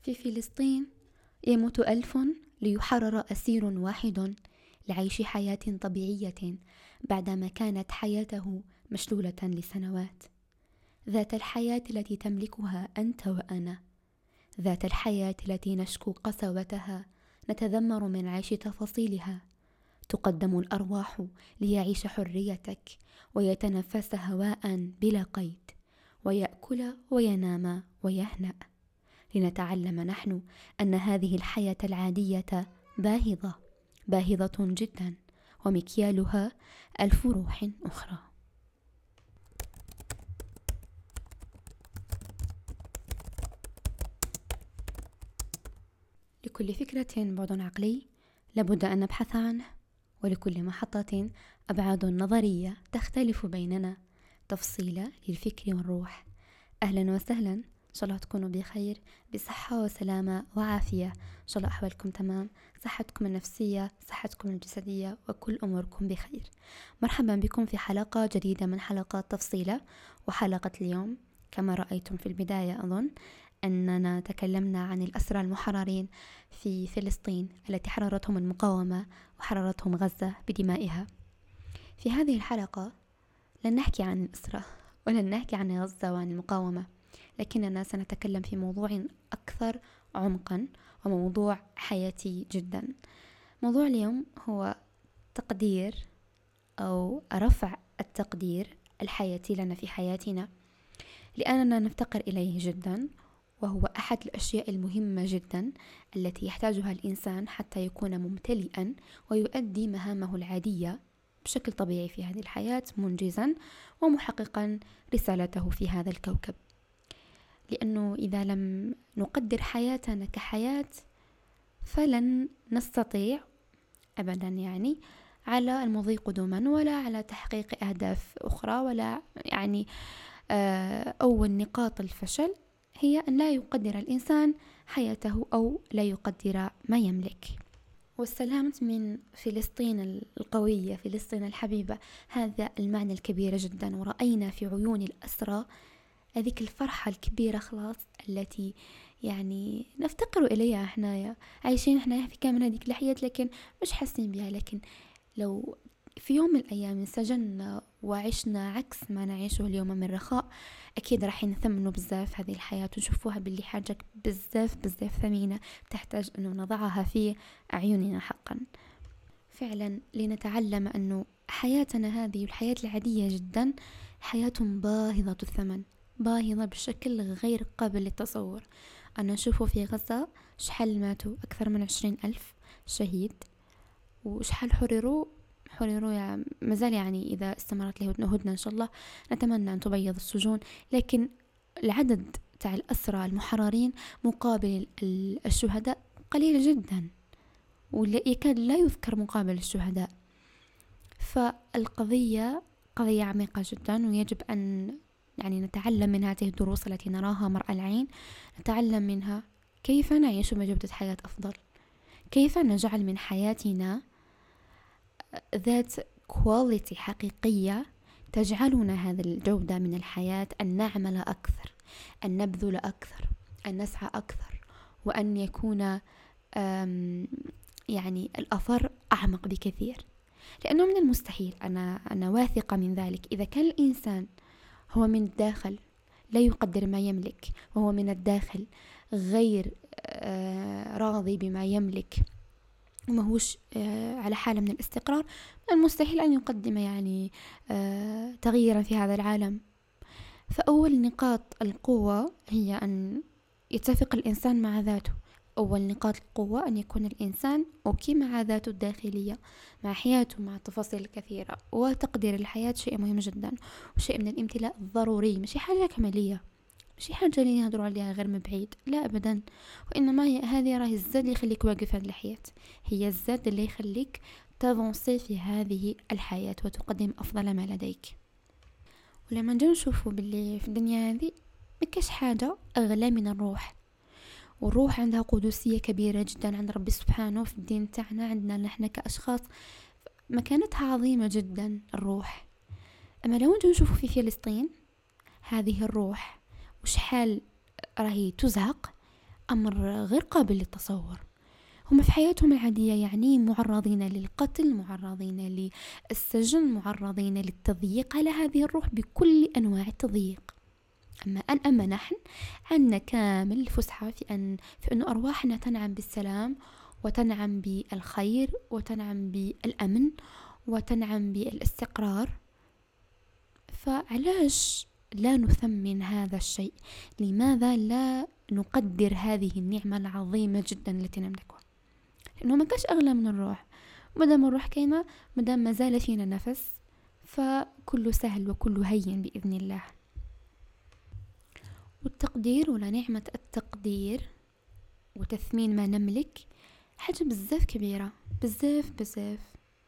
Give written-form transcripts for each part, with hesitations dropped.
في فلسطين يموت 1000 ليحرر أسير واحد لعيش حياة طبيعية بعدما كانت حياته مشلولة لسنوات. ذات الحياة التي تملكها أنت وأنا، ذات الحياة التي نشكو قسوتها، نتذمر من عيش تفاصيلها. تقدم الأرواح ليعيش حريتك ويتنفس هواء بلا قيد، ويأكل وينام ويهنأ، لنتعلم نحن أن هذه الحياة العادية باهظة جدا، ومكيالها 1000 روح أخرى. لكل فكرة بعد عقلي لابد أن نبحث عنه، ولكل محطة أبعاد نظرية تختلف بيننا، تفصيلة للفكر والروح. أهلا وسهلا، إن شاء الله تكونوا بخير، بصحة وسلامة وعافية، إن شاء الله أحوالكم تمام، صحتكم النفسية، صحتكم الجسدية، وكل أموركم بخير. مرحبا بكم في حلقة جديدة من حلقات تفصيلة. وحلقة اليوم كما رأيتم في البداية أظن أننا تكلمنا عن الأسرى المحررين في فلسطين التي حررتهم المقاومة وحررتهم غزة بدمائها. في هذه الحلقة لن نحكي عن الأسرى ولن نحكي عن غزة وعن المقاومة، لكننا سنتكلم في موضوع أكثر عمقا وموضوع حياتي جدا. موضوع اليوم هو تقدير أو رفع التقدير الحياتي لنا في حياتنا، لأننا نفتقر إليه جدا، وهو أحد الأشياء المهمة جدا التي يحتاجها الإنسان حتى يكون ممتلئا ويؤدي مهامه العادية بشكل طبيعي في هذه الحياة، منجزا ومحققا رسالته في هذا الكوكب. لأنه إذا لم نقدر حياتنا كحياة فلن نستطيع أبدا على المضي قدما، ولا على تحقيق أهداف أخرى، ولا أول نقاط الفشل هي أن لا يقدر الإنسان حياته أو لا يقدر ما يملك. واستلهمت من فلسطين القوية، فلسطين الحبيبة، هذا المعنى الكبير جدا، ورأينا في عيون الأسرى هذيك الفرحة الكبيرة خلاص التي نفتقر إليها. احنا عايشين احنا في كامل هذيك الحياة لكن مش حاسين بها. لكن لو في يوم من الأيام انسجنا وعشنا عكس ما نعيشه اليوم من رخاء، أكيد راح نثمنوا بزاف هذه الحياة ونشوفوها باللي حاجة بزاف ثمينة تحتاج أنه نضعها في أعيننا حقا فعلا، لنتعلم أنه حياتنا هذه الحياة العادية جدا حياة باهظة الثمن، باهظة بشكل غير قابل للتصور. أنا نشوفه في غزة شحال ماتوا، أكثر من 20,000 شهيد، وشحال حرروا مازال إذا استمرت الهدنة إن شاء الله نتمنى أن تبيض السجون. لكن العدد تاع الأسرى المحررين مقابل الشهداء قليل جدا، ويكاد لا يذكر مقابل الشهداء. فالقضية قضية عميقة جدا، ويجب أن نتعلم من هذه الدروس التي نراها مرأى العين، نتعلم منها كيف نعيش بجودة حياة أفضل، كيف نجعل من حياتنا ذات كواليتي حقيقية تجعلنا هذه الجودة من الحياة، أن نعمل أكثر، أن نبذل أكثر، أن نسعى أكثر، وأن يكون الأثر أعمق بكثير. لأنه من المستحيل، أنا واثقة من ذلك، إذا كان الإنسان هو من الداخل لا يقدر ما يملك، وهو من الداخل غير راضي بما يملك، وما هوش على حالة من الاستقرار، من المستحيل أن يقدم تغييرا في هذا العالم. فأول نقاط القوة هي أن يتفق الإنسان مع ذاته. أول نقاط القوة أن يكون الإنسان أوكي مع ذاته الداخلية، مع حياته، مع التفاصيل الكثيرة. وتقدير الحياة شيء مهم جدا، وشيء من الامتلاء الضروري، مش حاجة كمالية، مش حاجة اللي نهضروا عليها غير من بعيد، لا أبدا. وإنما هذه راهي الزاد اللي يخليك واقف هذه الحياة، هي الزاد اللي يخليك تفونسي في هذه الحياة وتقدم أفضل ما لديك. ولما نجي نشوفوا باللي في الدنيا هذه مكاش حاجة أغلى من الروح، والروح عندها قدسية كبيرة جدا عند ربي سبحانه. في الدين تاعنا عندنا نحن كأشخاص مكانتها عظيمة جدا الروح. أما لو نجي نشوفوا في فلسطين هذه الروح وشحال راهي تزهق، أمر غير قابل للتصور. هم في حياتهم العادية يعني معرضين للقتل، معرضين للسجن، معرضين للتضييق على هذه الروح بكل أنواع التضييق. أما نحن عندنا كامل الفسحة في أن أرواحنا تنعم بالسلام، وتنعم بالخير، وتنعم بالأمن، وتنعم بالاستقرار. فعلاش لا نثمن هذا الشيء؟ لماذا لا نقدر هذه النعمة العظيمة جدا التي نملكها؟ لأنه ما كاش أغلى من الروح. مادام الروح كاينة، مادام ما زال فينا نفس، فكل سهل وكل هين بإذن الله. والتقدير ولا نعمة التقدير وتثمين ما نملك حاجة بزاف كبيرة، بزاف بزاف.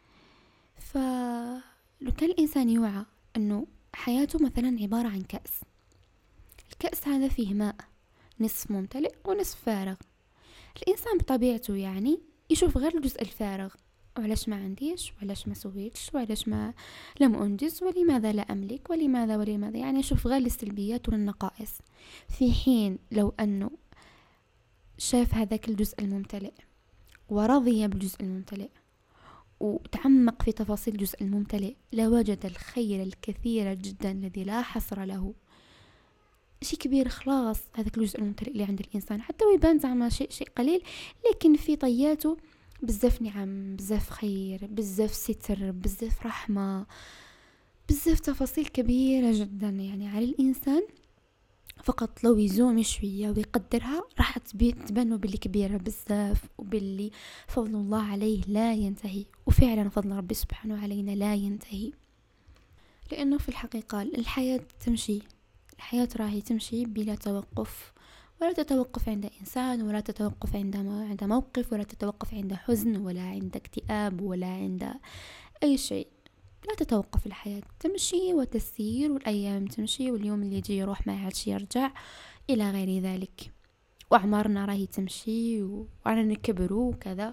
فلو كان الإنسان يوعى أنه حياته مثلا عبارة عن كأس، الكأس هذا فيه ماء نصف ممتلئ ونصف فارغ، الإنسان بطبيعته يعني يشوف غير الجزء الفارغ، وعلاش ما عنديش، وعلاش ما سويتش، وعلاش ما لم أنجز، ولماذا لا أملك، ولماذا يعني يشوف غير السلبيات والنقائص. في حين لو أنه شاف هذاك الجزء الممتلئ ورضي بالجزء الممتلئ وتعمق في تفاصيل الجزء الممتلئ، لوجد الخير الكثير جدا الذي لا حصر له. شيء كبير خلاص هذاك الجزء الممتلئ اللي عند الإنسان، حتى ويبان زعما شيء قليل، لكن في طياته بزاف نعم، بزاف خير، بزاف ستر، بزاف رحمة، بزاف تفاصيل كبيرة جدا يعني على الإنسان. فقط لو يزوم شوية ويقدرها راح تبانه باللي كبيرة بزاف، وباللي فضل الله عليه لا ينتهي. وفعلا فضل ربي سبحانه علينا لا ينتهي، لأنه في الحقيقة الحياة راهي تمشي بلا توقف، ولا تتوقف عند إنسان، ولا تتوقف عند موقف، ولا تتوقف عند حزن، ولا عند اكتئاب، ولا عند أي شيء. لا تتوقف الحياة، تمشي وتسير، والأيام تمشي، واليوم اللي يجي يروح ما عادش يرجع إلى غير ذلك. وأعمارنا راهي تمشي ورانا نكبر وكذا.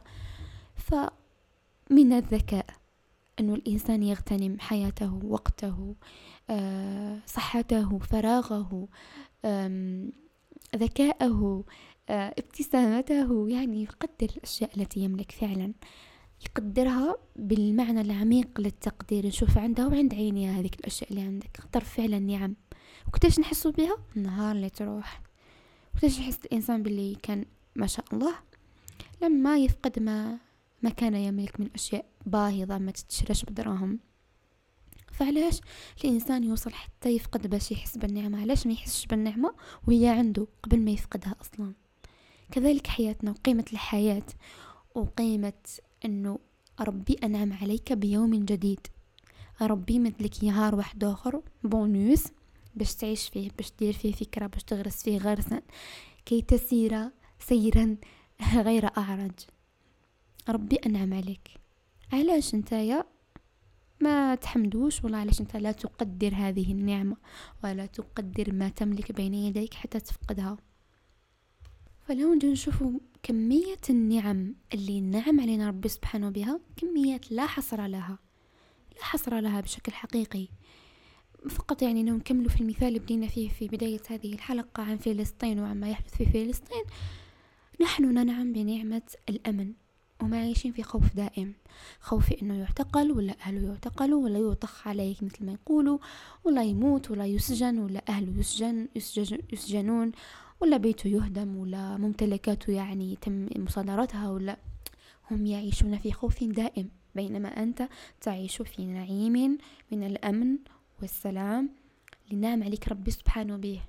فمن الذكاء أنه الإنسان يغتنم حياته، وقته، صحته، فراغه، ذكاءه، ابتسامته، يعني يقدر الأشياء التي يملك فعلا، يقدرها بالمعنى العميق للتقدير، نشوف عندها وعند عينيها هذيك الأشياء اللي عندك. خطر فعلا نعم. وكتاش نحسوا بها النهار اللي تروح، وكتاش يحس الإنسان باللي كان ما شاء الله لما يفقد ما كان يملك من أشياء باهظة ما تتشراش بدراهم. فعلاش الإنسان يوصل حتى يفقد باش يحس بالنعمة؟ علاش ما يحسش بالنعمة وهي عنده قبل ما يفقدها أصلا؟ كذلك حياتنا، وقيمة الحياة، وقيمة أنه ربي أنعم عليك بيوم جديد، ربي مدلك نهار واحد آخر بونوس باش تعيش فيه، باش دير فيه فكرة، باش تغرس فيه غرسا كي تسير سيرا غير أعرج. ربي أنعم عليك، علاش نتايا ما تحمدوش؟ ولا علاش انت لا تقدر هذه النعمة، ولا تقدر ما تملك بين يديك حتى تفقدها؟ فلو نجي نشوفوا كمية النعم اللي نعم علينا ربي سبحانه بها، كميات لا حصر لها بشكل حقيقي. فقط يعني نكمل في المثال اللي بدينا فيه في بداية هذه الحلقة عن فلسطين وعما يحدث في فلسطين. نحن ننعم بنعمة الأمن، وما عايشين في خوف دائم، خوف انه يعتقل، ولا اهله يعتقلوا، ولا يطخ عليه مثل ما يقولوا، ولا يموت، ولا يسجن، ولا اهله يسجنون، ولا بيته يهدم، ولا ممتلكاته يعني يتم مصادرتها، ولا هم يعيشون في خوف دائم، بينما أنت تعيش في نعيم من الأمن والسلام لنعم عليك ربي سبحانه به.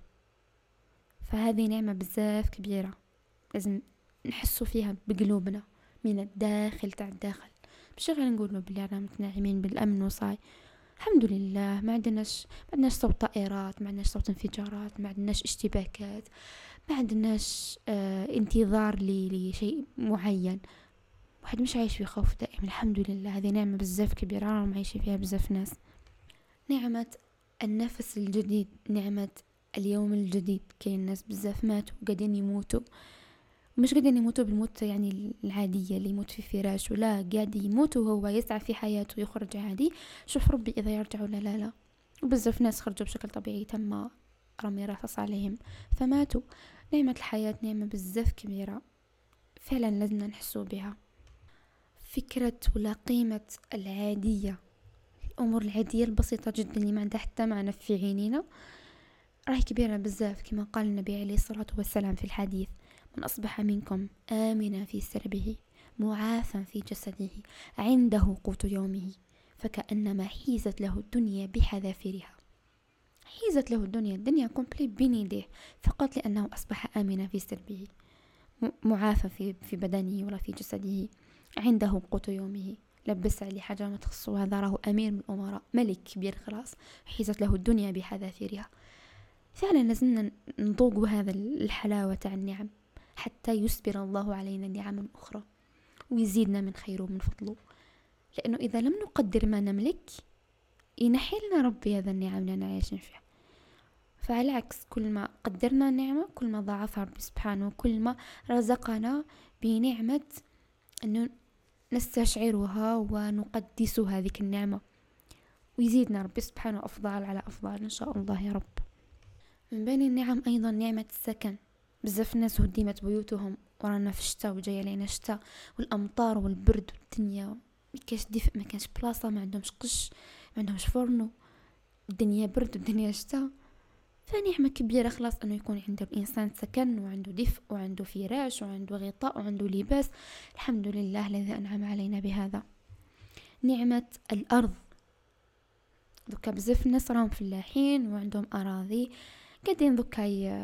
فهذه نعمة بزاف كبيرة، لازم نحسوا فيها بقلوبنا من الداخل تاع الداخل، مش غير نقولوا بلي رانا متنعمين بالأمن وصاي الحمد لله. ما عندناش صوت طائرات، ما عندناش صوت انفجارات، ما عندناش اشتباكات، ما عندناش انتظار لشيء معين. واحد مش عايش في خوف دائم، الحمد لله. هذه نعمة بزاف كبيرة راهم عايشين فيها بزاف ناس. نعمة النفس الجديد، نعمة اليوم الجديد. كاين ناس بزاف ماتوا وقاعدين يموتوا، مش قاعدين يموتوا بالموت يعني العادية اللي يموت في فراش، ولا قاعد يموت وهو يسعى في حياته يخرج عادي. شوف ربي إذا يرجع ولا لا. وبزاف ناس خرجوا بشكل طبيعي، تم رمي رصاص عليهم فماتوا. نعمة الحياة نعمة بزاف كبيرة، فعلا لازم نحسو بها. فكرة ولا قيمة العادية، الأمور العادية البسيطة جدا اللي ما عندها حتى معنى في عينينا راهي كبيرة بزاف. كما قال النبي عليه الصلاة والسلام في الحديث: من أصبح منكم آمنا في سربه معافا في جسده عنده قوت يومه فكأنما حيزت له الدنيا بحذافيرها. حيزت له الدنيا كومبليت بين يديه فقط لأنه أصبح آمنا في سربه، معافى في بدنه ولا في جسده، عنده قوت يومه، لبس عليه حاجة ما تخصو، هذا راه أمير من الأمراء، ملك كبير خلاص، حيزت له الدنيا بحذافيرها. فعلا لازمنا نذوق هذا الحلاوة تاع النعم حتى يسبر الله علينا نعم أخرى ويزيدنا من خيره ومن فضله. لأنه إذا لم نقدر ما نملك ينحي لنا ربي هذا النعم اللي أنا عايشين فيها. فعلى العكس، كل ما قدرنا النعمة كل ما ضاعفها ربي سبحانه، كل ما رزقنا بنعمة أنه نستشعرها ونقدس هذه النعمة، ويزيدنا ربي سبحانه أفضل على أفضل إن شاء الله يا رب. من بين النعم أيضا نعمة السكن. بزاف الناس هدمت بيوتهم ورانا في الشتاء وجاي علينا الشتاء والأمطار والبرد والدنيا ما كاش دفء، ما كانش بلاصة، ما عندهمش قش، ما عندهمش فرنو، الدنيا برد والدنيا شتاء. فنعمة كبيرة خلاص أنه يكون عنده الإنسان سكن وعنده دفء وعنده فراش وعنده غطاء وعنده لباس. الحمد لله الذي أنعم علينا بهذا. نعمة الأرض. ذكا بزاف الناس راهم فلاحين وعندهم أراضي قاعدين ذكا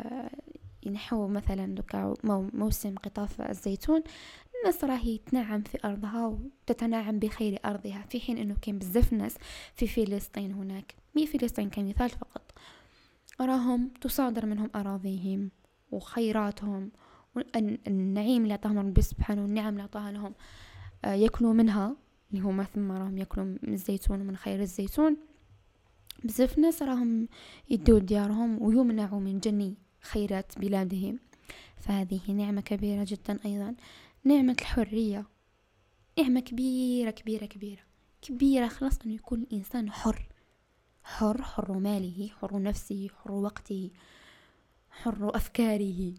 ينحو مثلا ذكا موسم قطاف الزيتون، الناس راهي تنعم في أرضها وتتنعم بخير أرضها، في حين أنه كان بزاف ناس في فلسطين هناك، مي فلسطين كمثال فقط، راهم تصادر منهم أراضيهم وخيراتهم والنعيم اللي أعطاهم ربي سبحانه والنعم اللي أعطاها لهم يأكلوا منها، اللي هما ثم راهم يأكلوا من الزيتون ومن خير الزيتون. بزاف ناس راهم يدوا ديارهم ويمنعوا من جني خيرات بلادهم، فهذه نعمة كبيرة جدا. أيضا نعمة الحرية، نعمة كبيرة كبيرة كبيرة كبيرة خلاص، أنه يكون الإنسان حر ماله، حر نفسه، حر وقته، حر أفكاره،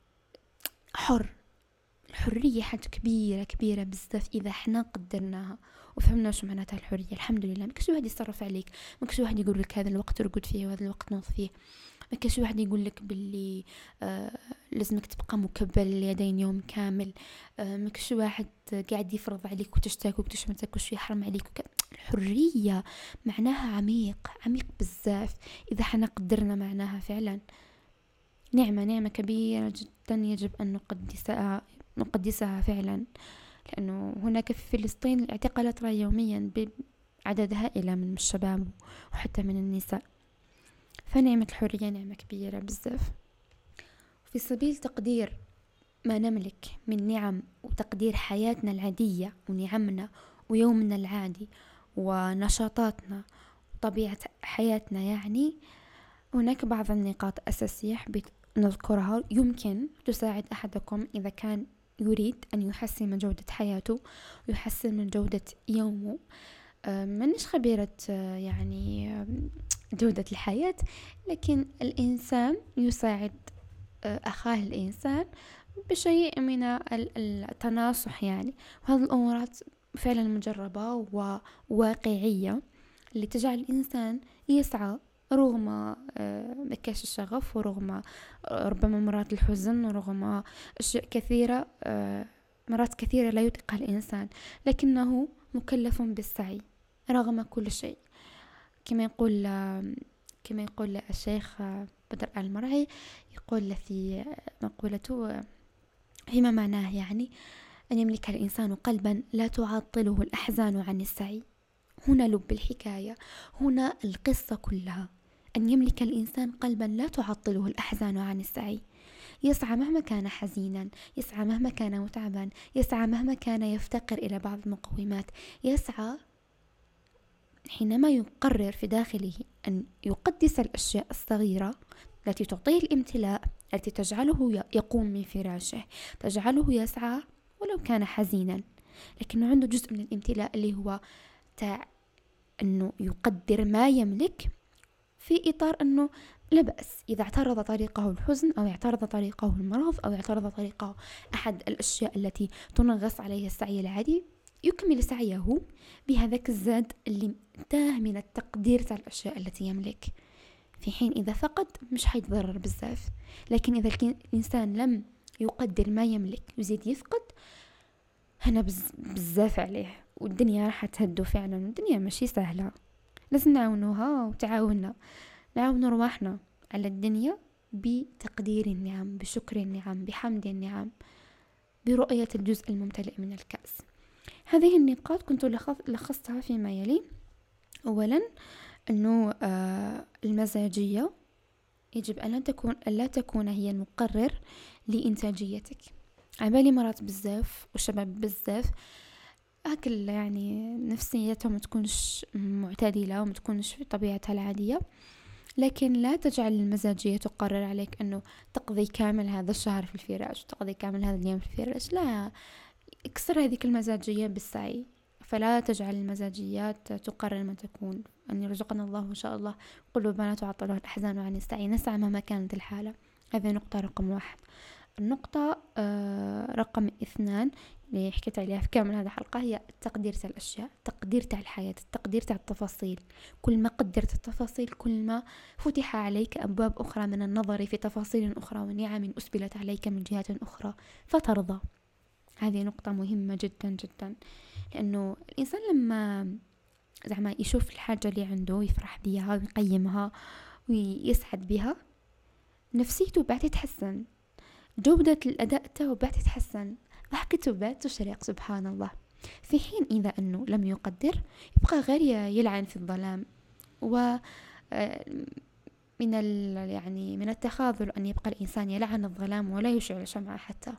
حر. الحرية حاجة كبيرة كبيرة بزاف إذا احنا قدرناها وفهمنا شو معناتها الحرية. الحمد لله ما كاش واحد يصرف عليك، ما كاش واحد يقول لك هذا الوقت ترقد فيه وهذا الوقت نوض فيه، ما كاش واحد يقول لك باللي لازمك تبقى مكبل اليدين يوم كامل، ما كاش واحد قاعد يفرض عليك وتشتاك وتش ما تاكلش يحرم عليك الحرية معناها عميق بزاف إذا احنا قدرنا معناها. فعلا نعمة كبيرة جدا يجب أن نقدسها فعلا، لأنه هناك في فلسطين الاعتقالات يوميا بعدد هائلة من الشباب وحتى من النساء. فنعمة الحرية نعمة كبيرة بزاف. في سبيل تقدير ما نملك من نعم وتقدير حياتنا العادية ونعمنا ويومنا العادي ونشاطاتنا وطبيعة حياتنا، يعني هناك بعض النقاط الأساسية حبيت نذكرها يمكن تساعد أحدكم إذا كان يريد أن يحسن من جودة حياته ويحسن من جودة يومه. منش خبيرة يعني جودة الحياة، لكن الإنسان يساعد أخاه الإنسان بشيء من التناصح يعني، وهذه الأمورات فعلا مجربة وواقعية اللي تجعل الإنسان يسعى رغم مكاش الشغف ورغم ربما مرات الحزن ورغم أشياء كثيرة، مرات كثيرة لا يطيقها الإنسان، لكنه مكلف بالسعي رغم كل شيء. كما يقول الشيخ بدر المرعي، يقول في مقولته فيما معناه يعني أن يملك الإنسان قلبا لا تعطله الأحزان عن السعي. هنا لب الحكاية، هنا القصة كلها، أن يملك الإنسان قلبا لا تعطله الأحزان عن السعي، يسعى مهما كان حزينا، يسعى مهما كان متعبا، يسعى مهما كان يفتقر إلى بعض المقومات، يسعى حينما يقرر في داخله أن يقدس الأشياء الصغيرة التي تعطيه الامتلاء، التي تجعله يقوم من فراشه، تجعله يسعى ولو كان حزينا، لكنه عنده جزء من الامتلاء اللي هو تاع أنه يقدر ما يملك في إطار أنه لا بأس إذا اعترض طريقه الحزن، أو اعترض طريقه المرض، أو اعترض طريقه أحد الأشياء التي تنغص عليه السعي العادي، يكمل سعيه بهذاك الزاد اللي انتهى من التقدير تاع الأشياء التي يملك. في حين إذا فقد مش حيتضرر بزاف، لكن إذا الإنسان لم يقدر ما يملك يزيد يفقد، هنا بزاف عليه، والدنيا راح تهدو فعلا. الدنيا ماشي سهلة، لازم نعاونوها وتعاوننا، نعاون رواحنا على الدنيا بتقدير النعم، بشكر النعم، بحمد النعم، برؤية الجزء الممتلئ من الكأس. هذه النقاط كنت لخصتها فيما يلي. أولا أنه المزاجية يجب أن لا تكون هي المقرر لإنتاجيتك. عبالي مرات بزاف وشباب بزاف أكل يعني نفسيتهم متكونش معتدلة ومتكونش في طبيعتها العادية، لكن لا تجعل المزاجية تقرر عليك أنه تقضي كامل هذا الشهر في الفراش، تقضي كامل هذا اليوم في الفراش. لا، اكسر هذه المزاجية بالسعي. فلا تجعل المزاجيات تقرر ما تكون. أن يرزقنا الله إن شاء الله قلوبنا تعطلها الأحزان عن السعي، نسعى مهما كانت الحالة. هذه نقطة رقم 1. النقطة رقم 2 اللي حكيت عليها في كامل هذه الحلقة هي التقدير تاع الأشياء، التقدير تاع الحياة، التقدير تاع التفاصيل. كل ما قدرت التفاصيل كل ما فتح عليك أبواب أخرى من النظر في تفاصيل أخرى ونعم أسبلت عليك من جهات أخرى فترضى. هذه نقطة مهمة جدا جدا، لأنه الإنسان لما زعما يشوف الحاجة اللي عنده يفرح بها ويقيمها ويسعد بها، نفسيته بعد تتحسن، جودة الأداء تاعو بعد تتحسن، ضحكته بعد تشرق سبحان الله. في حين إذا أنه لم يقدر يبقى غير يلعن في الظلام. و من التخاذل أن يبقى الإنسان يلعن الظلام ولا يشعل شمعة. حتى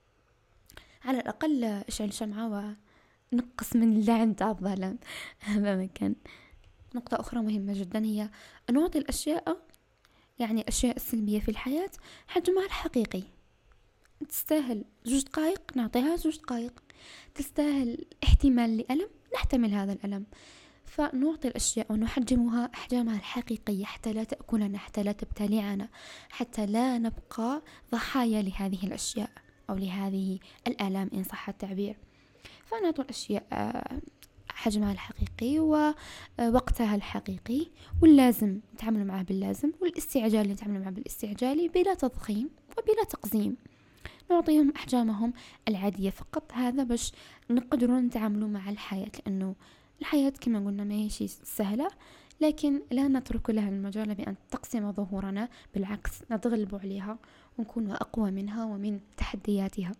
على الأقل اشعل شمعة ونقص من اللعن تاع الظلام. هذا مكان. نقطة أخرى مهمة جدا هي أن نعطي الأشياء، يعني الأشياء السلبية في الحياة، حجمها الحقيقي. تستاهل 2 دقائق نعطيها 2 دقائق، تستاهل احتمال لألم نحتمل هذا الألم. فنعطي الأشياء ونحجمها أحجامها الحقيقية حتى لا تأكلنا، حتى لا تبتلعنا، حتى لا نبقى ضحايا لهذه الأشياء أو لهذه الآلام إن صح التعبير. فنعطي الأشياء حجمها الحقيقي ووقتها الحقيقي، واللازم نتعامل معه باللازم، والاستعجال نتعامل معه بالاستعجال بلا تضخيم وبلا تقزيم. نعطيهم أحجامهم العادية فقط، هذا باش نقدروا نتعاملوا مع الحياة، لأنه الحياة كما قلنا ما هيش سهلة، لكن لا نترك لها المجال بأن تقسم ظهورنا، بالعكس نتغلب عليها ونكون أقوى منها ومن تحدياتها.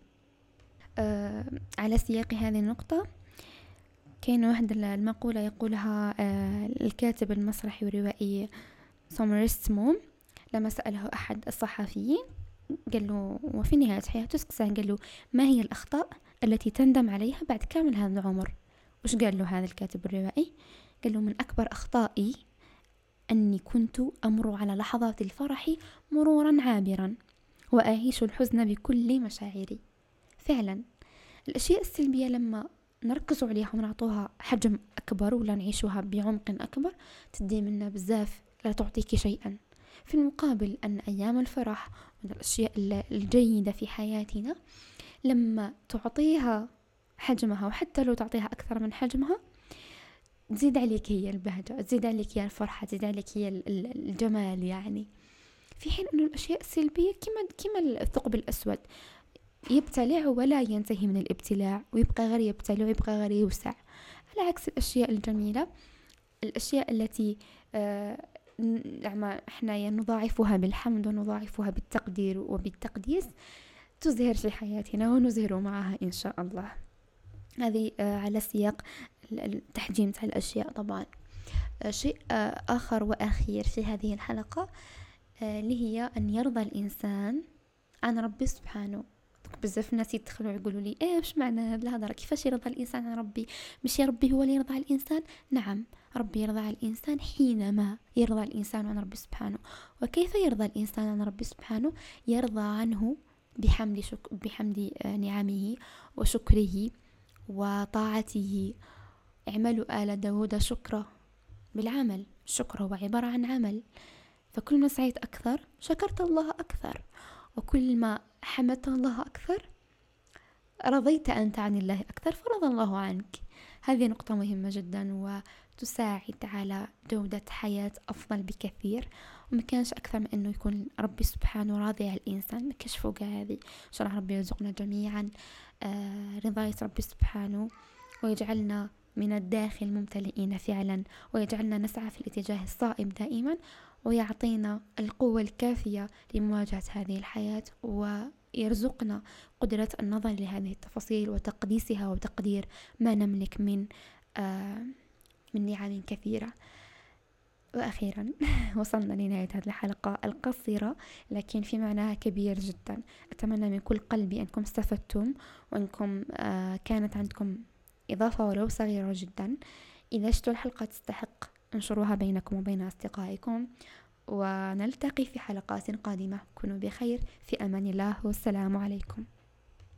على سياق هذه النقطة كاين واحد المقولة يقولها الكاتب المسرحي والروائي سومرست موم، لما سأله أحد الصحفيين قال له وفي نهاية حياته سأله قال له ما هي الأخطاء التي تندم عليها بعد كامل هذا العمر؟ وش قال له هذا الكاتب الروائي؟ قال له من أكبر أخطائي أني كنت أمر على لحظات الفرح مرورا عابرا وأعيش الحزن بكل مشاعري. فعلا الأشياء السلبية لما نركز عليها ونعطوها حجم أكبر ولا نعيشها بعمق أكبر تدي منا بزاف، لا تعطيك شيئا. في المقابل أن أيام الفرح من الأشياء الجيدة في حياتنا لما تعطيها حجمها، وحتى لو تعطيها أكثر من حجمها، تزيد عليك هي البهجة، تزيد عليك هي الفرحة، تزيد عليك هي الجمال يعني. في حين أن الأشياء السلبية كما الثقب الأسود يبتلع ولا ينتهي من الابتلاع، ويبقى غير يبتلع ويبقى غير يوسع، على عكس الأشياء الجميلة، الأشياء التي احنا نضاعفها بالحمد ونضاعفها بالتقدير وبالتقديس، تزهر في حياتنا ونزهر معها إن شاء الله. هذه على سياق التحجيم تاع الأشياء. طبعا شيء آخر وأخير في هذه الحلقة اللي هي أن يرضى الإنسان عن ربي سبحانه. بزاف ناس يدخلوا يقولوا لي ايش معنى هذا الهضره، كيفاش يرضى الانسان عن ربي؟ مش ربي هو اللي يرضى على الانسان؟ نعم، ربي يرضى على الانسان حينما يرضى الانسان عن ربي سبحانه. وكيف يرضى الانسان عن ربي سبحانه؟ يرضى عنه بحمد نعمه وشكره وطاعته. اعملوا آل داود شكرا، بالعمل الشكر هو عبارة عن عمل، فكل ما سعيت أكثر شكرت الله أكثر، وكل ما حمدت الله أكثر رضيت أنت عن الله أكثر فرضى الله عنك. هذه نقطة مهمة جدا وتساعد على جودة حياة أفضل بكثير. ومكانش أكثر من أنه يكون ربي سبحانه راضي على الإنسان، مكانش فوق هذه. إن شاء الله ربي يرزقنا جميعا رضاية ربي سبحانه، ويجعلنا من الداخل ممتلئين فعلا، ويجعلنا نسعى في الاتجاه الصائب دائما، ويعطينا القوة الكافية لمواجهة هذه الحياة، ويرزقنا قدرة النظر لهذه التفاصيل وتقديسها وتقدير ما نملك من نعم كثيرة. وأخيرا وصلنا لنهاية هذه الحلقة القصيرة لكن في معناها كبير جدا. أتمنى من كل قلبي أنكم استفدتم، وأنكم كانت عندكم إضافة ولو صغيرة جدا. إذا شفتوا الحلقة تستحق انشروها بينكم وبين أصدقائكم، ونلتقي في حلقات قادمة. كونوا بخير، في أمان الله، والسلام عليكم.